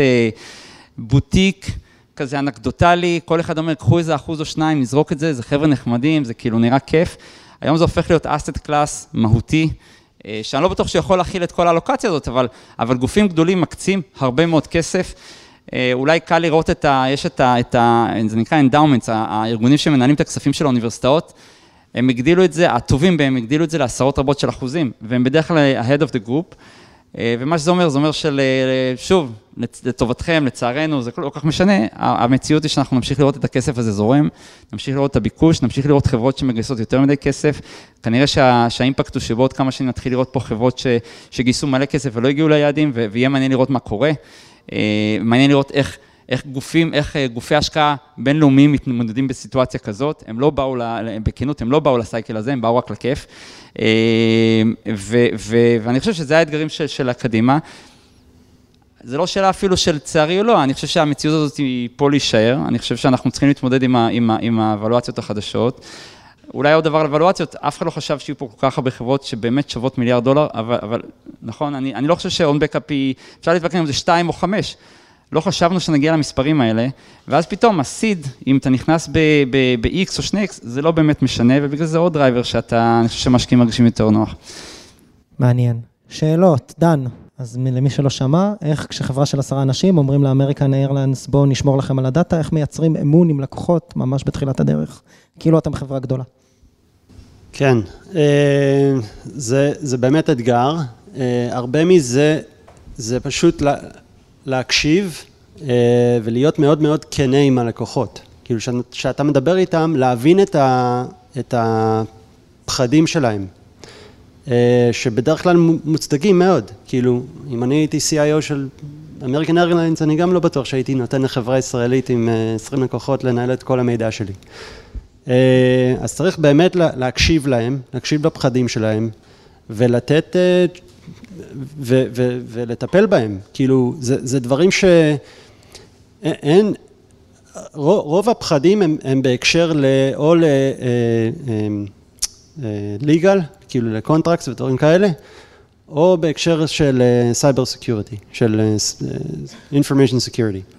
S4: בוטיק, כזה אנקדוטלי, כל אחד אומר, קחו איזה אחוז או שניים, נזרוק את זה, זה חבר'ה נחמדים, זה כאילו נראה כיף. היום זה הופך להיות אסט קלאס מהותי, שאני לא בטוח שיכול להכיל את כל האלוקציה הזאת, אבל, אבל גופים גדולים מקצים הרבה מאוד כסף. אולי קל לראות את ה... יש את ה... את ה זה נקרא endowments, הארגונים שמנהלים את הכספים של האוניברסיטאות, הם הגדילו את זה, הטובים בהם הגדילו את זה לעשרות רבות של אחוזים, והם בדרך כלל ה-head of the group, ומה שזה אומר, זה אומר של, שוב, לטובתכם, לצערנו, זה לא כך משנה, המציאות היא שאנחנו נמשיך לראות את הכסף הזה זורם, נמשיך לראות את הביקוש, נמשיך לראות חברות שמגייסות יותר מדי כסף, כנראה שה, שהאימפקט הוא שבעוד כמה שנים נתחיל לראות פה חברות ש, שגייסו מלא כסף ולא הגיעו ליעדים, ויהיה מעניין לראות מה קורה, מעניין לראות איך, איך גופים, איך גופי השקעה בינלאומיים מתמודדים בסיטואציה כזאת, הם לא באו, בכנות, הם לא באו לסייקל הזה, הם באו רק לכיף, ו, ו, ואני חושב שזה האתגרים של, של הקדימה, זה לא שאלה אפילו של צערי או לא, אני חושב שהמציאות הזאת היא פה להישאר, אני חושב שאנחנו צריכים להתמודד עם, ה, עם, ה, עם האבלואציות החדשות, אולי עוד דבר על אבלואציות, אף אחד לא חשב שיהיו פה כל כך הרבה חברות שבאמת שוות מיליארד דולר, אבל, אבל נכון, אני, אני לא חושב שהון בקאפ היא, אפשר להתווכח אם זה שתיים או חמש, לא חשבנו שנגיע למספרים האלה, ואז פתאום הסיד, אם אתה נכנס ב-X או שני אקס, זה לא באמת משנה, ובגלל זה עוד דרייבר שאתה, אני חושב שמשקיעים מרגישים יותר נוח.
S2: מעניין. שאלות, דן, אז למי שלא שמע, איך כשחברה של עשרה אנשים אומרים לאמריקן איירליינס, בואו נשמור לכם על הדאטה, איך מייצרים אמון עם לקוחות ממש בתחילת הדרך? כאילו אתם חברה גדולה.
S3: כן, זה, זה באמת אתגר. הרבה מזה, זה פשוט להקשיב ולהיות מאוד מאוד כנה עם הלקוחות. כאילו שאתה מדבר איתם, להבין את, ה, את הפחדים שלהם, שבדרך כלל מוצדקים מאוד. כאילו, אם אני הייתי סי איי או של אמריקן איירליינס, אני גם לא בטוח שהייתי נותן לחברה ישראלית עם עשרים לקוחות לנהל את כל המידע שלי. אז צריך באמת להקשיב להם, להקשיב לפחדים שלהם, ולתת, ו, ו, ולטפל בהם. כאילו, זה, זה דברים שאין, רוב הפחדים הם, הם בהקשר ל, או ל, legal, כאילו לקונטרקטס ודברים כאלה, או בהקשר של סייבר סקיוריטי, של information security.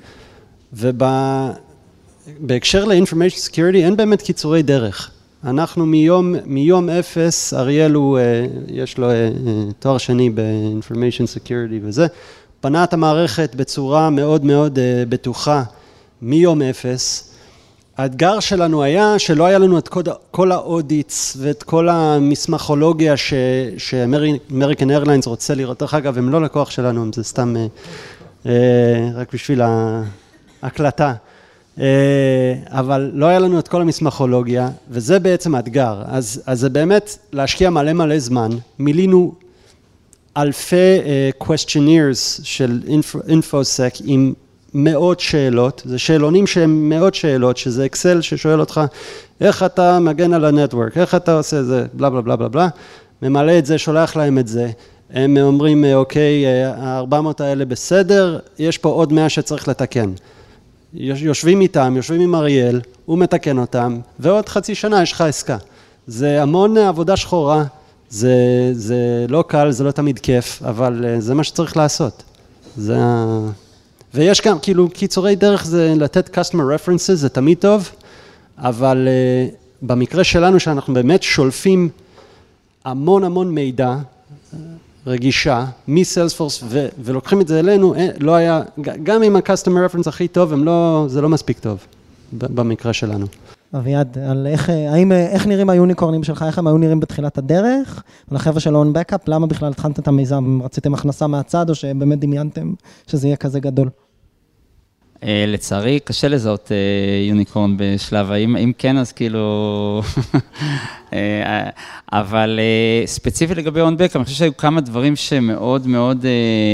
S3: ובהקשר ל-information security אין באמת קיצורי דרך. אנחנו מיום, מיום אפס, אריאל הוא, יש לו תואר שני ב-information security וזה, בנה את המערכת בצורה מאוד מאוד בטוחה מיום אפס, האתגר שלנו היה שלא היה לנו את כל, כל האודיטס ואת כל המסמכולוגיה ש, שאמריקן איירליינס רוצה לראות. דרך אגב, הם לא לקוח שלנו, זה סתם אה, אה, רק בשביל ההקלטה. אה, אבל לא היה לנו את כל המסמכולוגיה, וזה בעצם האתגר. אז, אז זה באמת להשקיע מלא מלא זמן. מילינו אלפי uh, questionnaires של אינפוסק עם מאות שאלות, זה שאלונים שהם מאות שאלות, שזה אקסל ששואל אותך, איך אתה מגן על הנטוורק, איך אתה עושה זה, בלה בלה בלה בלה בלה, ממלא את זה, שולח להם את זה, הם אומרים, אוקיי, ה-ארבע מאות האלה בסדר, יש פה עוד מאה שצריך לתקן. יושבים איתם, יושבים עם אריאל, הוא מתקן אותם, ועוד חצי שנה יש לך עסקה. זה המון עבודה שחורה, זה, זה לא קל, זה לא תמיד כיף, אבל זה מה שצריך לעשות. זה... ויש גם, כאילו, קיצורי דרך זה לתת customer references, זה תמיד טוב, אבל uh, במקרה שלנו שאנחנו באמת שולפים המון המון מידע, רגישה, מ-Salesforce, ו- ולוקחים את זה אלינו, לא היה, גם עם ה-customer reference הכי טוב, הם לא, זה לא מספיק טוב, במקרה שלנו.
S2: אביעד, על איך, האם, איך נראים היוניקורנים שלך, איך הם היו נראים בתחילת הדרך, על החבר'ה של און בקאפ, למה בכלל התחלתם את המיזם, רציתם הכנסה מהצד, או שבאמת דמיינתם שזה יהיה כזה גדול?
S4: לצערי, קשה לזהות יוניקורן בשלב, אם כן, אז כאילו, אבל ספציפית לגבי און בקאפ, אני חושב שהיו כמה דברים שמאוד מאוד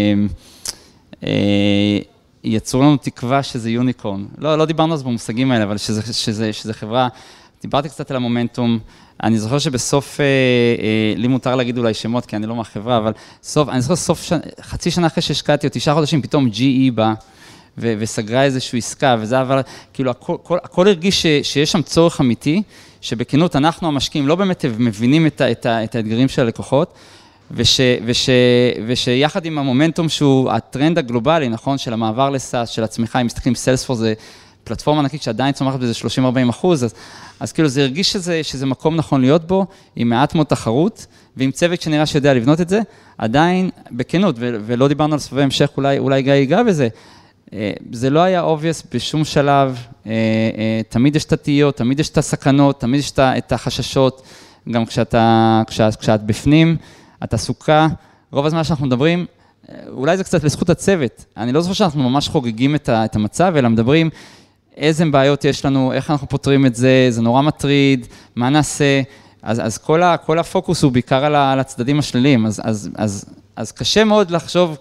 S4: יצרו לנו תקווה שזה יוניקורן. לא, לא דיברנו אז במושגים האלה, אבל שזה, שזה, שזה חברה, דיברתי קצת על המומנטום, אני זוכר שבסוף, לי מותר להגיד אולי שמות, כי אני לא מהחברה, אבל סוף, אני זוכר סוף, חצי שנה אחרי שהשקעתי, או תשעה חודשים, פתאום ג'י אי בא, ו- וסגרה איזושהי עסקה, וזה אבל, כאילו, הכל, הכל, הכל הרגיש ש- שיש שם צורך אמיתי, שבכנות אנחנו המשקיעים לא באמת מבינים את, ה- את, ה- את האתגרים של הלקוחות, וש, וש, ושיחד עם המומנטום שהוא הטרנד הגלובלי, נכון, של המעבר לסאס, של הצמיחה, אם מסתכלים סיילספורס, זה פלטפורמה ענקית שעדיין צומחת בזה שלושים עד ארבעים אחוז, אז, אז כאילו זה הרגיש שזה, שזה מקום נכון להיות בו, עם מעט מאוד תחרות, ועם צוות שנראה שיודע לבנות את זה, עדיין בכנות, ו, ולא דיברנו על סבבי המשך, אולי, אולי גיא ייגע בזה, זה לא היה obvious בשום שלב, תמיד יש את התהיות, תמיד יש את הסכנות, תמיד יש את החששות, גם כשאתה, כשאת, כשאת בפנים, את עסוקה, רוב הזמן שאנחנו מדברים, אולי זה קצת לזכות הצוות, אני לא זוכר שאנחנו ממש חוגגים את, ה, את המצב, אלא מדברים איזה בעיות יש לנו, איך אנחנו פותרים את זה, זה נורא מטריד, מה נעשה, אז, אז כל, ה, כל הפוקוס הוא בעיקר על, ה, על הצדדים השליליים, אז, אז, אז, אז קשה מאוד לחשוב,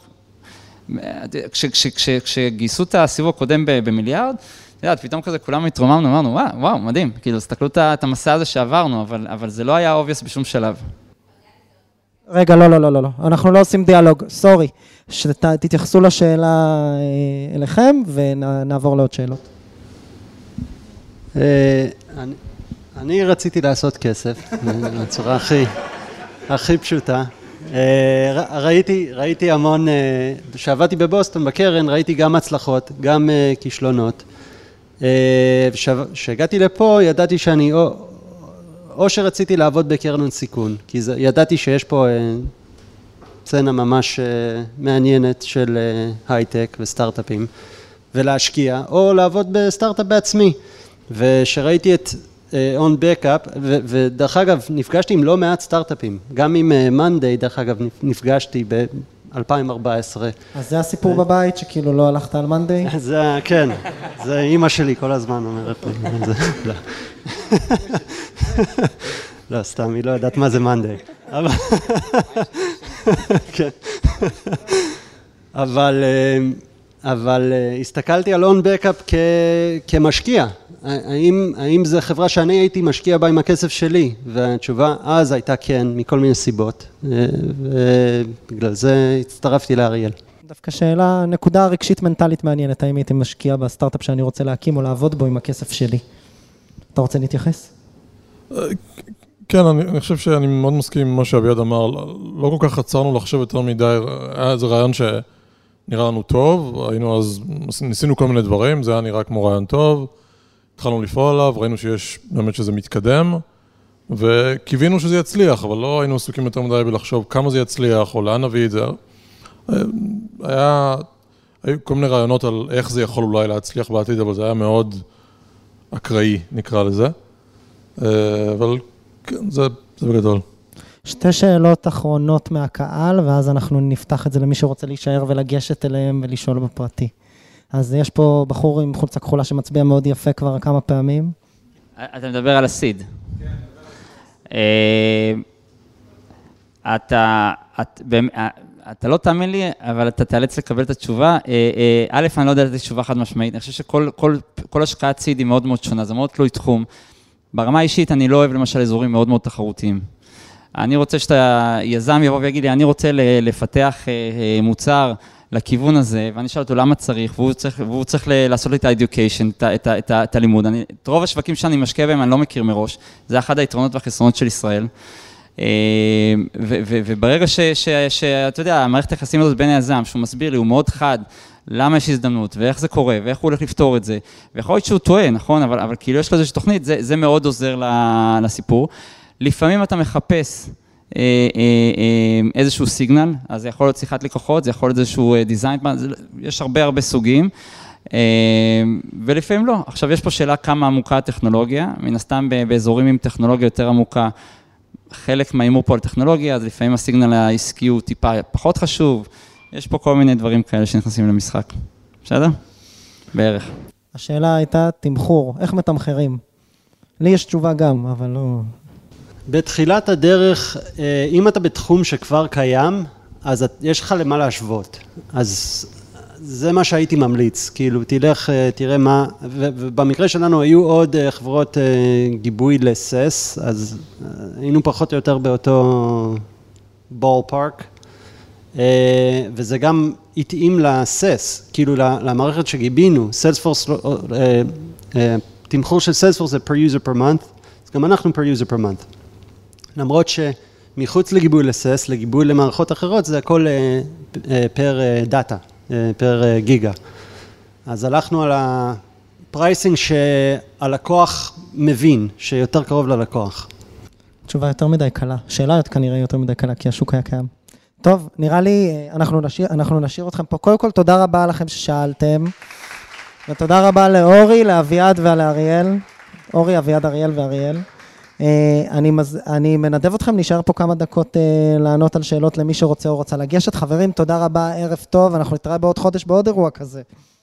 S4: כשגייסו את הסיבוב הקודם במיליארד, פתאום כזה כולם התרוממנו, אמרנו, וואו, וואו, מדהים, כאילו, הסתכלו את המסע הזה שעברנו, אבל זה לא היה obvious בשום שלב.
S2: רגע, לא, לא, לא, לא, אנחנו לא עושים דיאלוג, סורי, שתתייחסו לשאלה אליכם, ונעבור לעוד שאלות.
S3: אני רציתי לעשות כסף, בצורה הכי פשוטה. ראיתי, ראיתי המון, כשעבדתי בבוסטון בקרן, ראיתי גם הצלחות, גם כישלונות. כשהגעתי לפה, ידעתי שאני, או, או שרציתי לעבוד בקרן הון סיכון, כי זה, ידעתי שיש פה סצנה ממש מעניינת של הייטק וסטארט-אפים, ולהשקיע, או לעבוד בסטארט-אפ בעצמי. ושראיתי את און בקאפ, ודרך אגב, נפגשתי עם לא מעט סטארט-אפים, גם עם מנדי, דרך אגב, נפגשתי ב-אלפיים וארבע עשרה.
S2: אז זה הסיפור בבית, שכאילו לא הלכת על מנדי?
S3: זה, כן, זה אימא שלי כל הזמן אומרת לי, לא. לא, סתם, היא לא יודעת מה זה מנדי. כן. אבל, אבל הסתכלתי על און בקאפ כמשקיע. האם, האם זו חברה שאני הייתי משקיע בה עם הכסף שלי? והתשובה אז הייתה כן, מכל מיני סיבות. ובגלל זה הצטרפתי לאריאל.
S2: דווקא שאלה, נקודה רגשית מנטלית מעניינת, האם הייתי משקיע בסטארט-אפ שאני רוצה להקים או לעבוד בו עם הכסף שלי? אתה רוצה להתייחס?
S5: כן, אני, אני חושב שאני מאוד מסכים עם מה שאביעד אמר. לא כל כך עצרנו לחשוב יותר מדי, היה איזה רעיון שנראה לנו טוב, היינו אז, ניסינו כל מיני דברים, זה היה נראה כמו רעיון טוב, התחלנו לפעול עליו, ראינו שיש באמת שזה מתקדם, וקיווינו שזה יצליח, אבל לא היינו עסוקים יותר מדי בלחשוב כמה זה יצליח, או לאן נביא את זה. היה, היו כל מיני רעיונות על איך זה יכול אולי להצליח בעתיד, אבל זה היה מאוד אקראי, נקרא לזה. אבל כן, זה, זה בגדול.
S2: שתי שאלות אחרונות מהקהל, ואז אנחנו נפתח את זה למי שרוצה להישאר ולגשת אליהם ולשאול בפרטי. אז יש פה בחור עם חולצה כחולה שמצביע מאוד יפה כבר כמה פעמים.
S4: אתה מדבר על הסיד. כן. אתה, אתה לא תאמין לי, אבל אתה תאלץ לקבל את התשובה. א', אני לא יודע לתת תשובה חד משמעית. אני חושב שכל כל, כל השקעת סיד היא מאוד מאוד שונה, זה מאוד תלוי תחום. ברמה האישית אני לא אוהב למשל אזורים מאוד מאוד תחרותיים. אני רוצה שאתה יזם יבוא ויגיד לי, אני רוצה לפתח מוצר לכיוון הזה, ואני אשאל אותו למה צריך, והוא צריך, והוא צריך לעשות לי את ה-education, את, את, את, את הלימוד. אני, את רוב השווקים שאני משקיע בהם אני לא מכיר מראש, זה אחד היתרונות והחסרונות של ישראל. ו, ו, וברגע ש, ש, שאתה יודע, המערכת היחסים הזאת בין היזם, שהוא מסביר לי, הוא מאוד חד, למה יש הזדמנות, ואיך זה קורה, ואיך הוא הולך לפתור את זה, ויכול להיות שהוא טועה, נכון? אבל, אבל כאילו יש לו איזושהי תוכנית, זה, זה מאוד עוזר לסיפור. לפעמים אתה מחפש איזשהו סיגנל, אז זה יכול להיות שיחת לקוחות, זה יכול להיות איזשהו דיזיין, יש הרבה הרבה סוגים, ולפעמים לא. עכשיו יש פה שאלה כמה עמוקה הטכנולוגיה, מן הסתם באזורים עם טכנולוגיה יותר עמוקה, חלק מהאימור פה על טכנולוגיה, אז לפעמים הסיגנל העסקי הוא טיפה פחות חשוב, יש פה כל מיני דברים כאלה שנכנסים למשחק. בסדר? בערך.
S2: השאלה הייתה תמחור, איך מתמחרים? לי יש תשובה גם, אבל לא...
S3: בתחילת הדרך, אם אתה בתחום שכבר קיים, אז יש לך למה להשוות. אז זה מה שהייתי ממליץ, כאילו תלך, תראה מה, ובמקרה שלנו היו עוד חברות גיבוי לסס, אז היינו פחות או יותר באותו בול פארק, וזה גם התאים לסס, כאילו למערכת שגיבינו, סיילספורס, תמחור של סיילספורס זה per user per month, אז גם אנחנו per user per month. למרות שמחוץ לגיבוי לסס, לגיבוי למערכות אחרות, זה הכל פר דאטה, פר גיגה. אז הלכנו על הפרייסינג שהלקוח מבין, שיותר קרוב ללקוח.
S2: תשובה יותר מדי קלה. שאלה כנראה יותר מדי קלה, כי השוק היה קיים. טוב, נראה לי, אנחנו נשאיר, אנחנו נשאיר אתכם פה. קודם כל, תודה רבה לכם ששאלתם. ותודה רבה לאורי, לאביעד ולאריאל. אורי, אביעד, אריאל ואריאל. אני, מז... אני מנדב אתכם, נשאר פה כמה דקות לענות על שאלות למי שרוצה או רוצה לגשת. חברים, תודה רבה, ערב טוב, אנחנו נתראה בעוד חודש בעוד אירוע כזה.